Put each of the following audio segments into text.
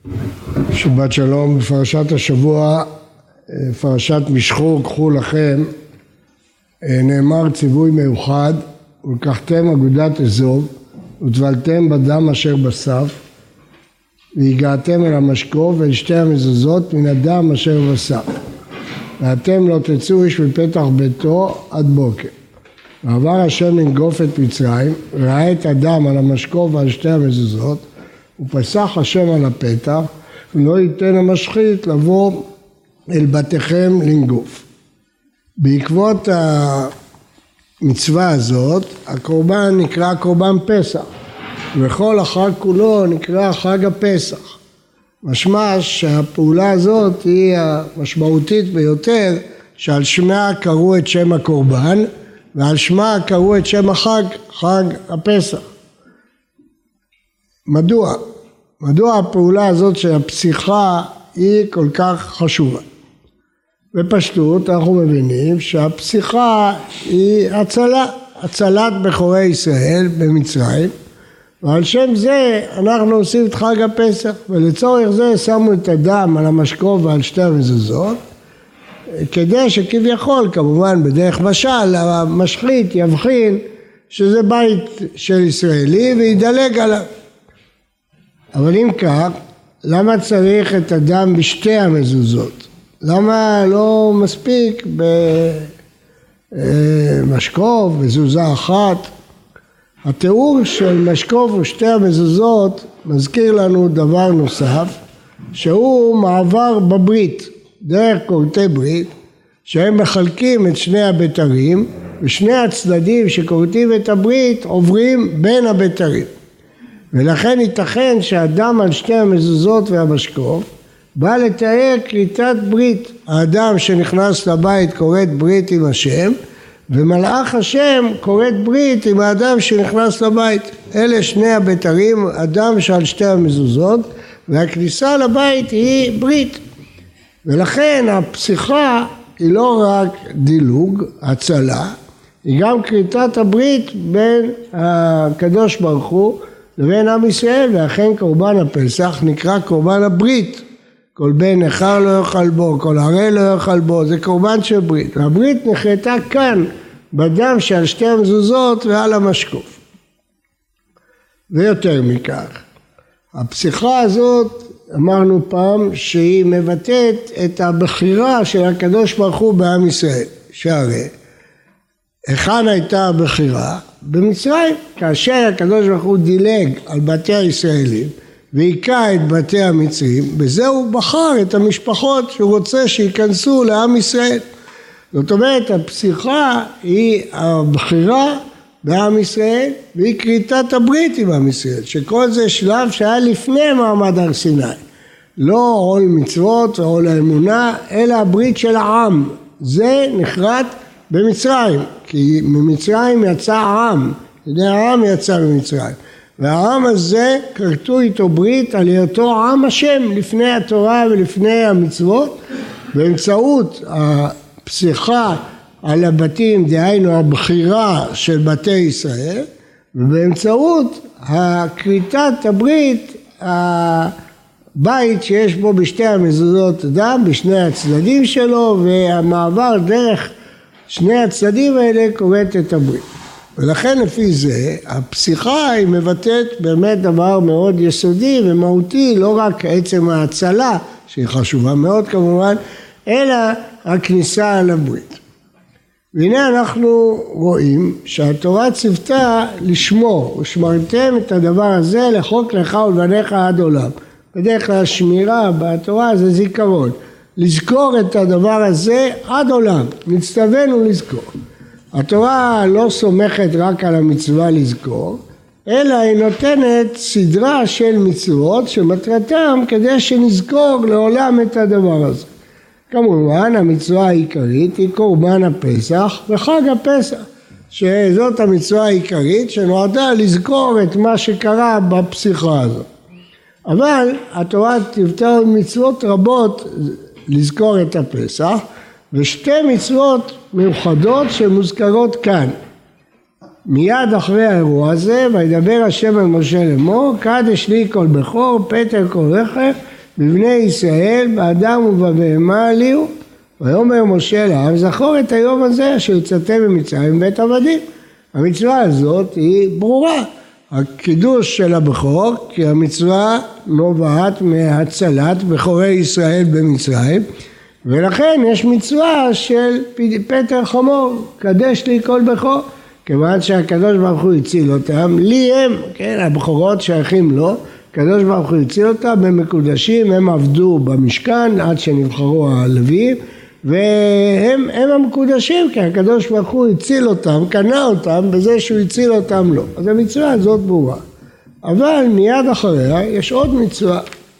שבת שלום. בפרשת השבוע, פרשת משחור קחו לכם, נאמר ציווי מיוחד: ולקחתם אגודת אזוב וטבלתם בדם אשר בסף והגעתם אל המשקוף ואל שתי המזוזות מן הדם אשר בסף, ואתם לא תצאו איש מפתח ביתו עד בוקר. ועבר השם לנגוף את מצרים, ראה את הדם על המשקוף ועל שתי המזוזות, ופסח השם על הפתח, ולא ייתן המשחית לבוא אל בתיכם לנגוף. בעקבות המצווה הזאת, הקורבן נקרא קורבן פסח, וכל החג כולו נקרא חג הפסח. משמע שהפעולה הזאת היא המשמעותית ביותר, שעל שמה קראו את שם הקורבן, ועל שמה קראו את שם החג, חג הפסח. מדוע הפעולה הזאת של הפסיחה היא כל כך חשובה? בפשטות אנחנו מבינים שהפסיחה היא הצלת בכורי ישראל במצרים, ועל שם זה אנחנו עושים את חג הפסח, ולצורך זה שמו את הדם על המשקוף ועל שתי המזוזות, כדי שכביכול, כמובן בדרך משל, המשחית יבחין שזה בית של ישראלי וידלג עליו. אבל אם כך, למה צריך את הדם בשתי המזוזות? למה לא מספיק במשקוף, מזוזה אחת? התיאור של משקוף ושתי המזוזות מזכיר לנו דבר נוסף, שהוא מעבר בברית, דרך כורתי ברית, שהם מחלקים את שני הבתרים, ושני הצדדים שכורתים את הברית עוברים בין הבתרים. ולכן ייתכן שהדם על שתי המזוזות והמשקוף בא לתאר כריתת ברית. האדם שנכנס לבית כורת ברית עם השם, ומלאך השם כורת ברית עם האדם שנכנס לבית. אלה שני הבתרים, אדם שעל שתי המזוזות, והכניסה לבית היא ברית. ולכן הפסיחה היא לא רק דילוג, הצלה, היא גם כריתת הברית בין הקדוש ברוך הוא לבין עם ישראל, ואכן קורבן הפסח נקרא קורבן הברית. כל בן נחר לא יאכל בו, כל ערה לא יאכל בו, זה קורבן של ברית. והברית נחרתה כאן בדם שעל שתי המזוזות ועל המשקוף. ויותר מכך, הפסיחה הזאת, אמרנו פעם, שהיא מבטאת את הבחירה של הקדוש ברוך הוא בעם ישראל. שהרי היכן הייתה הבחירה? במצרים. כאשר הקדוש ברוך הוא דילג על בתי הישראלים והיכה את בתי המצרים, בזה הוא בחר את המשפחות שהוא רוצה שיכנסו לעם ישראל. זאת אומרת, הפסיחה היא הבחירה בעם ישראל והיא כריתת הברית עם עם ישראל, שכל זה שלב שהיה לפני מעמד הר סיני. לא עול מצוות ועול האמונה, אלא הברית של העם. זה נחרט במצרים, כי ממצרים יצא העם, העם יצא ממצרים. והעם הזה כרתו איתו ברית על היותו עם השם לפני התורה ולפני המצוות, באמצעות הפסיחה על הבתים, דהיינו הבחירה של בתי ישראל, ובאמצעות כריתת הברית, הבית שיש בו בשתי המזוזות דם, בשני הצדדים שלו, והמעבר דרך שני הצדדים האלה כורת את הברית. ולכן לפי זה הפסיחה היא מבטאת באמת דבר מאוד יסודי ומהותי, לא רק עצם ההצלה שהיא חשובה מאוד כמובן, אלא הכניסה על הברית. והנה אנחנו רואים שהתורה ציוותה לשמור, ושמרתם את הדבר הזה לחוק לך ולבניך עד עולם. בדרך כלל שמירה בתורה זה זיכרון, לזכור את הדבר הזה עד עולם, נצטווינו לזכור. התורה לא סומכת רק על המצווה לזכור, אלא היא נותנת סדרה של מצוות שמטרתם כדי שנזכור לעולם את הדבר הזה. כמובן המצווה העיקרית היא קורבן הפסח וחג הפסח, שזאת המצווה העיקרית שנועדה לזכור את מה שקרה בפסיחה הזאת. אבל התורה ציוותה עוד מצוות רבות לזכור את הפסח, ושתי מצוות מיוחדות שמוזכרות כאן. מיד אחרי האירוע הזה, וידבר השם אל משה לאמור, קדש לי כל בכור, פטר כל רכב, בבני ישראל, באדם ובבהמה עליהו. ויאמר משה לעם, זכור את היום הזה אשר יצאתם ממצרים מבית עבדים. המצווה הזאת היא ברורה. הקידוש של הבכור, כי המצווה נובעת מהצלת בכורי ישראל במצרים, ולכן יש מצווה של פטר חמור, קדש לי כל בכור, כיוון שהקדוש ברוך הוא הציל אותם, לי הם, כן, הבכורות שייכים לו, הקדוש ברוך הוא הציל אותם, הם מקודשים, הם עבדו במשכן עד שנבחרו הלוויים, והם המקודשים, כי הקדוש ברוך הוא הציל אותם, קנה אותם בזה שהוא הציל אותם לו. אז המצווה הזאת ברורה. אבל מיד אחריה יש עוד מצווה.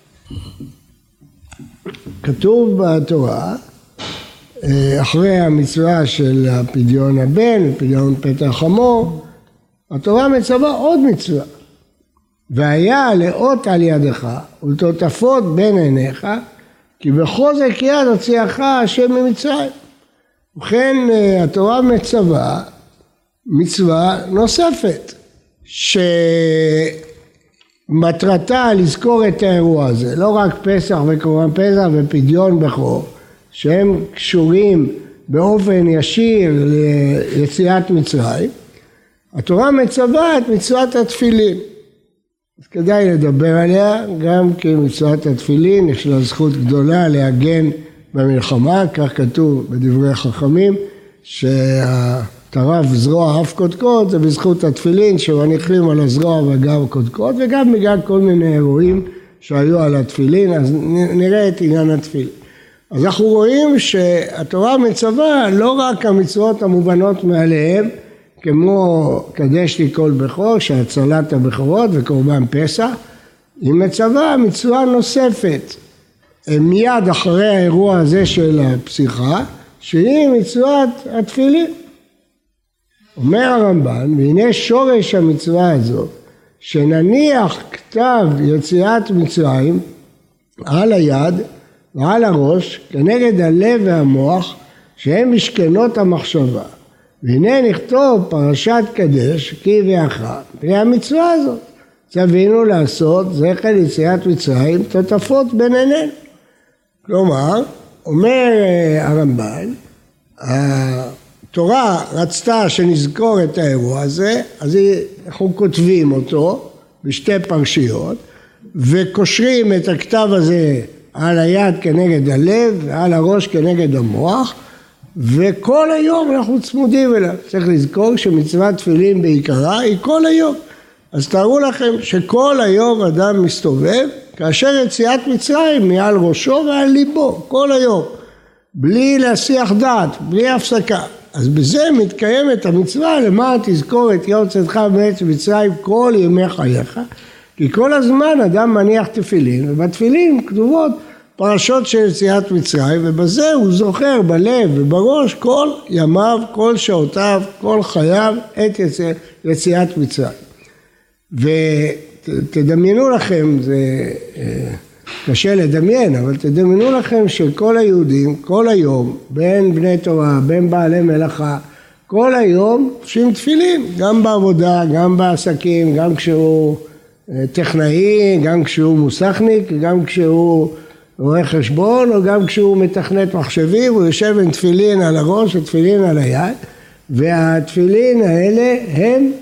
כתוב בתורה, אחרי המצווה של פדיון הבן, פדיון פטר חמור, התורה מצווה עוד מצווה. והיה לאות על ידך ולטוטפות בין עיניך, כי בחוזק יד הוציאך השם ממצרים. ובכן התורה מצווה מצווה נוספת, שמטרתה לזכור את האירוע הזה, לא רק פסח וקורבן פסח ופדיון בכור, שהם קשורים באופן ישיר ליציאת מצרים, התורה מצווה את מצוות התפילין. אז כדאי לדבר עליה, גם כי מצוות התפילין יש לה זכות גדולה להגן במלחמה, כך כתוב בדברי חכמים, שהטרף זרוע אף קודקוד, זה בזכות התפילין שמניחים על הזרוע וגם קודקוד, וגם בגלל כל מיני אירועים שהיו על התפילין, אז נראה את עניין התפילין. אז אנחנו רואים שהתורה מצווה לא רק המצוות המובנות מעליהם, כמו קדש לי כל בכור, שהצלת הבכורות וקורבן פסח, היא מצווה מצווה נוספת, מיד אחרי האירוע הזה של הפסיכה, שהיא מצוות התפילין. אומר הרמב"ן, והנה שורש המצווה הזאת, שנניח כתב יציאת מצרים על היד ועל הראש, כנגד הלב והמוח, שהם משכנות המחשבה. והנה נכתוב פרשת קדש, כי ואחר, פני המצווה הזאת. צווינו לעשות זכר יציאת מצרים, תוטפות בין עינינו. כלומר, אומר הרמב"ן, התורה רצתה שנזכור את האירוע הזה, אז אנחנו כותבים אותו בשתי פרשיות, וקושרים את הכתב הזה על היד כנגד הלב, ועל הראש כנגד המוח, וכל היום אנחנו צמודים אליו. צריך לזכור שמצוות תפילין בעיקרה היא כל היום. אז תארו לכם שכל היום אדם מסתובב, כאשר יציאת מצרים מעל ראשו ועל ליבו, כל היום, בלי להסיח דעת, בלי הפסקה. אז בזה מתקיימת המצווה, למה תזכור את יום צאתך מארץ מצרים כל ימי חייך, כי כל הזמן אדם מניח תפילין, ובתפילין כתובות פרשות של יציאת מצרים, ובזה הוא זוכר בלב ובראש כל ימיו, כל שעותיו, כל חייו את יציאת מצרים. ותדמיינו לכם, זה קשה לדמיין, אבל תדמיינו לכם שכל היהודים, כל היום, בין בני תורה, בין בעלי מלאכה, כל היום חובשים תפילין, גם בעבודה, גם בעסקים, גם כשהוא טכנאי, גם כשהוא מוסכניק, גם כשהוא רואה חשבון, או גם כשהוא מתכנת מחשבים, הוא יושב עם תפילין על הראש ותפילין על היד, והתפילין האלה הם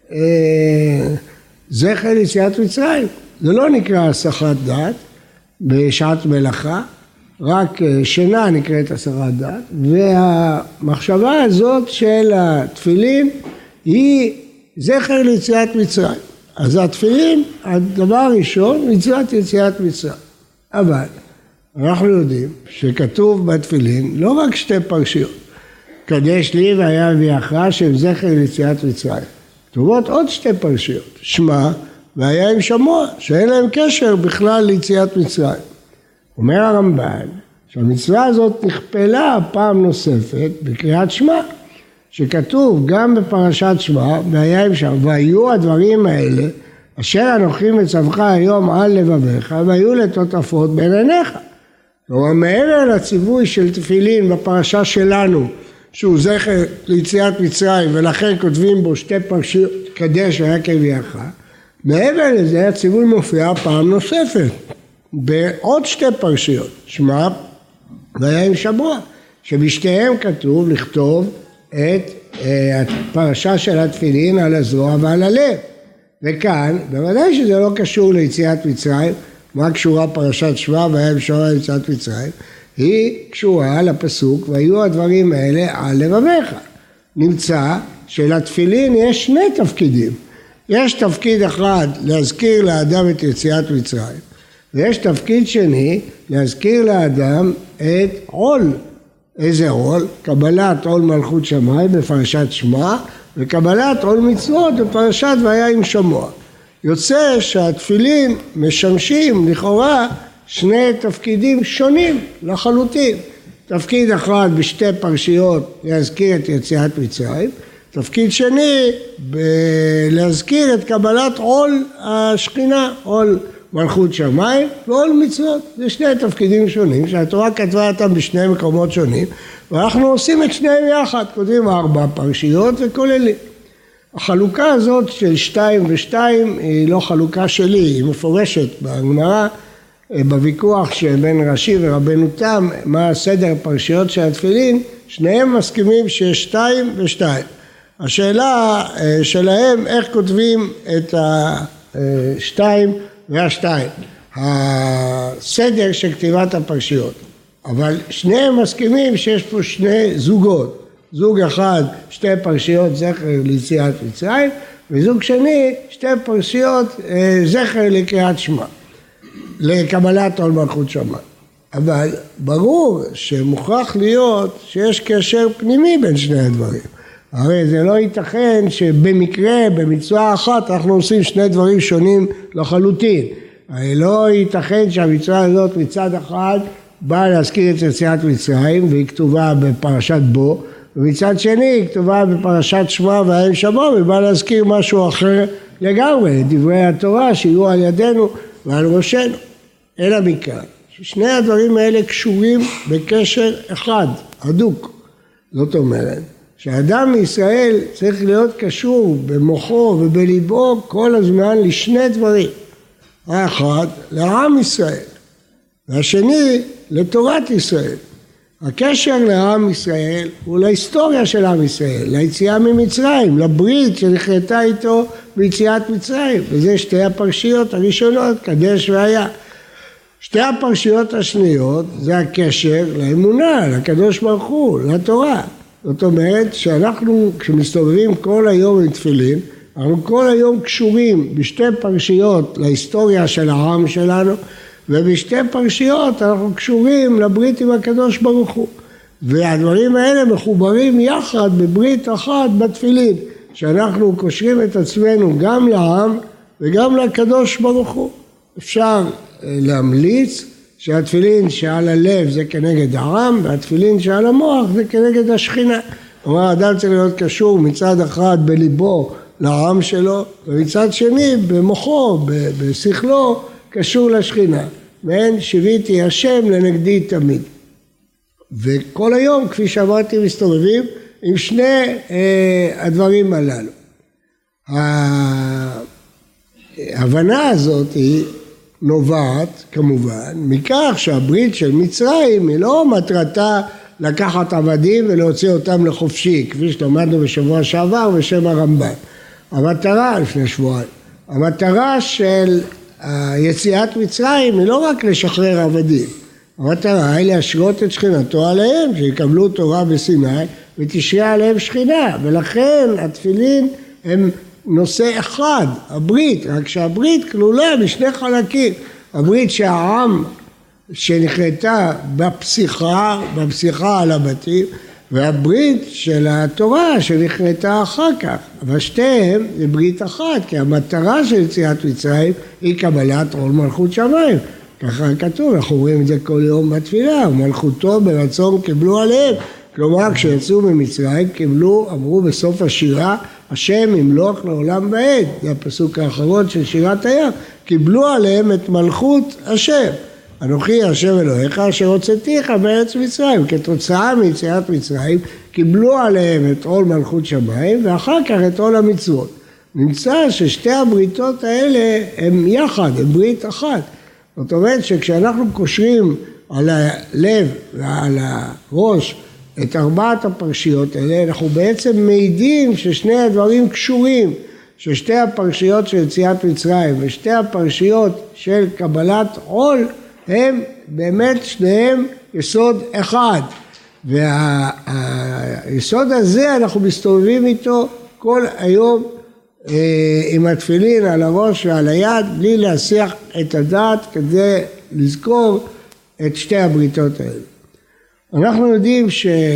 זכר יציאת מצרים. זה לא נקרא הסחת דעת בשעת מלאכה, רק שינה נקראת הסחת דעת, והמחשבה הזאת של התפילין היא זכר ליציאת מצרים. אז התפילין, הדבר הראשון, מצוות יציאת מצרים. אבל אנחנו יודעים שכתוב בתפילין לא רק שתי פרשיות, קדש לי והיה אביך שהם זכר ליציאת מצרים. כתובות עוד שתי פרשיות, שמע והיה עם שמוע, שאין להם קשר בכלל ליציאת מצרים. אומר הרמב"ן שהמצווה הזאת נכפלה פעם נוספת בקריאת שמע, שכתוב גם בפרשת שמע והיה עם שמע, והיו הדברים האלה אשר אנוכי מצווך היום על לבביך, והיו לטוטפות בין עיניך. כלומר, מעבר לציווי של תפילין בפרשה שלנו, שהוא זכר ליציאת מצרים, ולכן כותבים בו שתי פרשיות, קדש והיה כאביך, מעבר לזה הציווי מופיע פעם נוספת, בעוד שתי פרשיות, שמע והיה עם שמוע, שבשתיהם כתוב לכתוב את הפרשה של התפילין על הזרוע ועל הלב. וכאן, בוודאי שזה לא קשור ליציאת מצרים, מה קשורה פרשת שמע והיה עם שמוע ליציאת מצרים? היא קשורה לפסוק, והיו הדברים האלה על לבביך. נמצא שלתפילין יש שני תפקידים. יש תפקיד אחד להזכיר לאדם את יציאת מצרים, ויש תפקיד שני להזכיר לאדם את עול. איזה עול? קבלת עול מלכות שמיים בפרשת שמע, וקבלת עול מצוות בפרשת והיה עם שמוע. יוצא שהתפילין משמשים לכאורה שני תפקידים שונים לחלוטין. תפקיד אחד בשתי פרשיות להזכיר את יציאת מצרים, תפקיד שני להזכיר את קבלת עול השכינה, עול מלכות שמיים ועול מצוות. זה שני תפקידים שונים שהתורה כתבה אותם בשני מקומות שונים, ואנחנו עושים את שניהם יחד, כותבים 4 פרשיות וכוללים. החלוקה הזאת של 2 ו2 היא לא חלוקה שלי, היא מפורשת בגמרא, בוויכוח שבין רש"י ורבנו תם, מה הסדר פרשיות של התפילין, שניהם מסכימים שיש 2 ו2. השאלה שלהם איך כותבים את ה2 וה2, הסדר של כתיבת הפרשיות. אבל שניהם מסכימים שיש פה שני זוגות. זוג אחד, שתי פרשיות זכר ליציאת מצרים, וזוג שני, שתי פרשיות זכר לקריאת שמע, לקבלת עול מלכות שמיים. אבל ברור שמוכרח להיות שיש קשר פנימי בין שני הדברים. הרי זה לא ייתכן שבמקרה, במצווה אחת, אנחנו עושים שני דברים שונים לחלוטין. הרי לא ייתכן שהמצווה הזאת מצד אחד באה להזכיר את יציאת מצרים, והיא כתובה בפרשת בו, ומצד שני היא כתובה בפרשת שמע והיה עם שמוע, ובאה להזכיר משהו אחר לגמרי, דברי התורה שיהיו על ידינו ועל ראשנו. אלא מכאן, ששני הדברים האלה קשורים בקשר אחד, הדוק. זאת אומרת, שאדם מישראל צריך להיות קשור במוחו ובליבו כל הזמן לשני דברים. האחד, לעם ישראל, והשני, לתורת ישראל. הקשר לעם ישראל הוא להיסטוריה של עם ישראל, ליציאה ממצרים, לברית שנחרתה איתו ביציאת מצרים. וזה שתי הפרשיות הראשונות, קדש והיה. שתי הפרשיות השניות זה הקשר לאמונה, לקדוש ברוך הוא, לתורה. זאת אומרת שאנחנו כשמסתובבים כל היום עם תפילין, אנחנו כל היום קשורים בשתי פרשיות להיסטוריה של העם שלנו, ובשתי פרשיות אנחנו קשורים לברית עם הקדוש ברוך הוא. והדברים האלה מחוברים יחד בברית אחת בתפילין, שאנחנו קושרים את עצמנו גם לעם וגם לקדוש ברוך הוא. אפשר להמליץ שהתפילין שעל הלב זה כנגד העם, והתפילין שעל המוח זה כנגד השכינה. כלומר, האדם צריך להיות קשור מצד אחד בליבו לעם שלו, ומצד שני במוחו, בשכלו, קשור לשכינה. מעין שיוויתי השם לנגדי תמיד. וכל היום, כפי שאמרתי, מסתובבים עם שני הדברים הללו. ההבנה הזאת היא נובעת כמובן מכך שהברית של מצרים היא לא מטרתה לקחת עבדים ולהוציא אותם לחופשי, כפי שלמדנו בשבוע שעבר בשם הרמב"ן. המטרה, לפני שבועיים, המטרה של יציאת מצרים היא לא רק לשחרר עבדים, המטרה היא להשרות את שכינתו עליהם, שיקבלו תורה בסיני ותשרה עליהם שכינה, ולכן התפילין הם נושא אחד, הברית, רק שהברית כלולה בשני חלקים, הברית שהעם שנחרתה בפסיכה על הבתים, והברית של התורה שנחרתה אחר כך, אבל שתיהם זה ברית אחת, כי המטרה של יציאת מצרים היא קבלת עול מלכות שמיים, ככה כתוב, אנחנו רואים את זה כל יום בתפילה, ומלכותו ברצון קיבלו עליהם, כלומר כשיצאו ממצרים קיבלו, אמרו בסוף השירה, השם ימלוך לעולם ועד, זה הפסוק האחרון של שירת הים, קיבלו עליהם את מלכות השם. אנוכי השם אלוהיך אשר הוצאתיך מארץ מצרים. כתוצאה מיציאת מצרים קיבלו עליהם את עול מלכות שמיים ואחר כך את עול המצוות. נמצא ששתי הבריתות האלה הם יחד, הם ברית אחת. זאת אומרת שכשאנחנו קושרים על הלב ועל הראש את 4 הפרשיות האלה, אנחנו בעצם מעידים ששני הדברים קשורים, ששתי הפרשיות של יציאת מצרים ושתי הפרשיות של קבלת עול, הם באמת שניהם יסוד אחד. והיסוד הזה אנחנו מסתובבים איתו כל היום עם התפילין על הראש ועל היד, בלי להסיח את הדעת כדי לזכור את שתי הבריתות האלה. אנחנו יודעים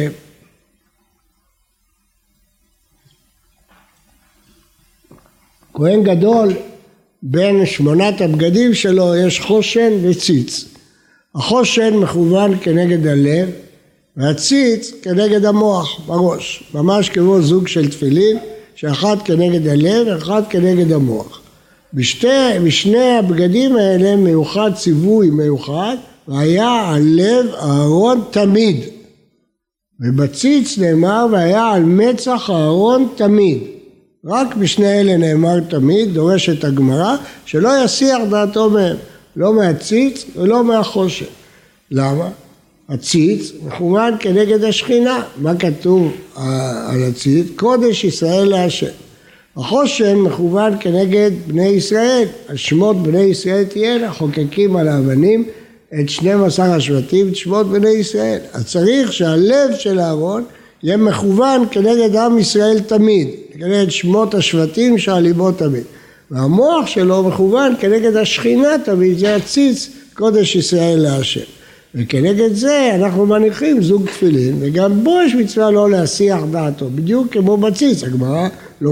כהן גדול, בין 8 הבגדים שלו יש חושן וציץ. החושן מכוון כנגד הלב, והציץ כנגד המוח בראש, ממש כמו זוג של תפילין, שאחד כנגד הלב ואחד כנגד המוח. בשני הבגדים האלה מיוחד ציווי מיוחד, והיה על לב אהרון תמיד. ובציץ נאמר והיה על מצח אהרון תמיד. רק בשני אלה נאמר תמיד, דורשת הגמרא, שלא יסיח דעתו מהם, לא מהציץ ולא מהחושן. למה? הציץ מכוון כנגד השכינה. מה כתוב על הציץ? קודש ישראל להשם. החושן מכוון כנגד בני ישראל. על שמות בני ישראל תהיינה, חוקקים על האבנים את 12 השבטים, את שמות בני ישראל. אז צריך שהלב של אהרון יהיה מכוון כנגד עם ישראל תמיד, כנגד שמות השבטים שעל ליבו תמיד. והמוח שלו מכוון כנגד השכינה תמיד, זה הציץ קודש ישראל להשם. וכנגד זה אנחנו מניחים זוג תפילין, וגם בו יש מצווה לא להסיח דעתו, בדיוק כמו בציץ. הגמרא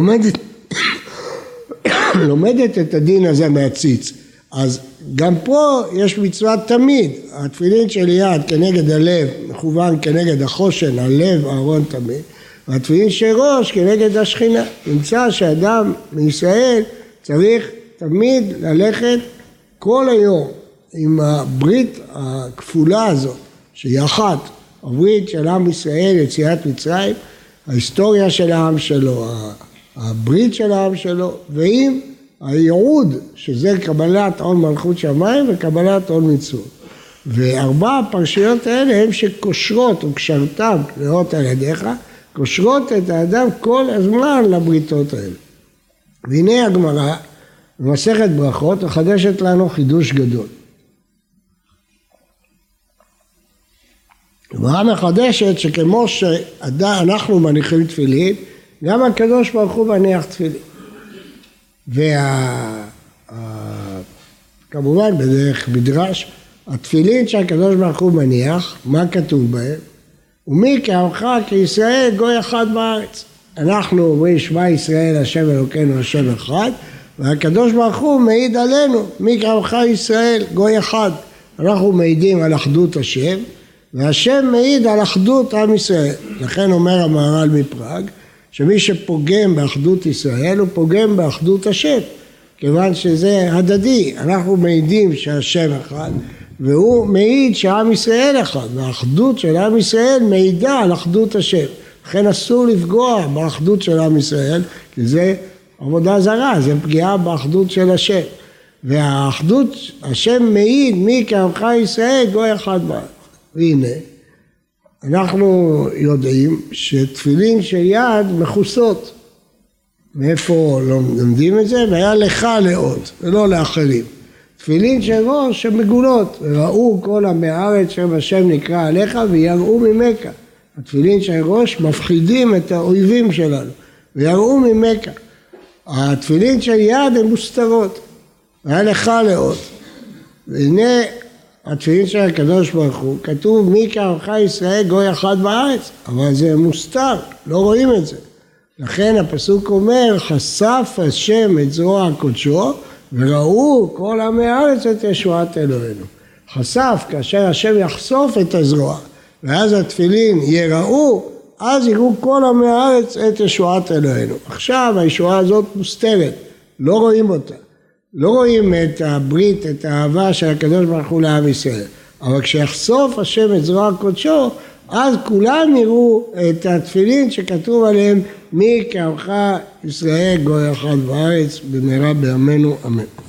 לומדת את הדין הזה מהציץ. אז גם פה יש מצווה תמיד, התפילין של יד כנגד הלב מכוון כנגד החושן, הלב אהרון תמיד, והתפילין של ראש כנגד השכינה. נמצא שאדם מישראל צריך תמיד ללכת כל היום עם הברית הכפולה הזאת, שהיא אחת, הברית של עם ישראל, יציאת מצרים, ההיסטוריה של העם שלו, הברית של העם שלו, ועם הייעוד, שזה קבלת עול מלכות שמיים וקבלת עול מצוות. 4 הפרשיות האלה הם שקושרות וקשרתם לאות על ידיך, קושרות את האדם כל הזמן לבריתות האלה. והנה הגמרא במסכת ברכות מחדשת לנו חידוש גדול. הגמרא מחדשת שכמו שאנחנו מניחים תפילין, גם הקדוש ברוך הוא מניח תפילין. כמובן בדרך מדרש, התפילין שהקדוש ברוך הוא מניח, מה כתוב בהם? ומי כעמך כישראל גוי אחד בארץ. אנחנו אומרים שמע ישראל השם אלוקינו השם אחד, והקדוש ברוך הוא מעיד עלינו, מי כעמך ישראל גוי אחד. אנחנו מעידים על אחדות השם, והשם מעיד על אחדות עם ישראל. לכן אומר המהר"ל מפראג, שמי שפוגם באחדות ישראל הוא פוגם באחדות השם, כיוון שזה הדדי. אנחנו מעידים שהשם אחד, והוא מעיד שעם ישראל אחד, והאחדות של עם ישראל מעידה על אחדות השם. לכן אסור לפגוע באחדות של עם ישראל, כי זה עבודה זרה, זה פגיעה באחדות של השם. והאחדות, השם מעיד מי כעמך ישראל גוי אחד בארץ. והנה, אנחנו יודעים שתפילין של יד מכוסות. מאיפה לומדים את זה? והיה לך לאות, ולא לאחרים. תפילין של ראש שמגולות, וראו כל עמי הארץ שם השם נקרא עליך ויראו ממך. התפילין של ראש מפחידים את האויבים שלנו, ויראו ממך. התפילין של יד הן מוסתרות, והיה לך לאות. והנה התפילין של הקדוש ברוך הוא, כתוב מי כעמך ישראל גוי אחד בארץ, אבל זה מוסתר, לא רואים את זה. לכן הפסוק אומר, חשף השם את זרוע קודשו, וראו כל עמי הארץ את ישועת אלוהינו. חשף, כאשר השם יחשוף את הזרוע, ואז התפילין יראו, אז יראו כל עמי הארץ את ישועת אלוהינו. עכשיו הישועה הזאת מוסתרת, לא רואים אותה. לא רואים את הברית, את האהבה של הקדוש ברוך הוא לעם ישראל. אבל כשיחשוף השם את זרוע קודשו, אז כולם יראו את התפילין שכתוב עליהם, מי כעמך ישראל גוי אחד בארץ, במהרה בימינו אמן.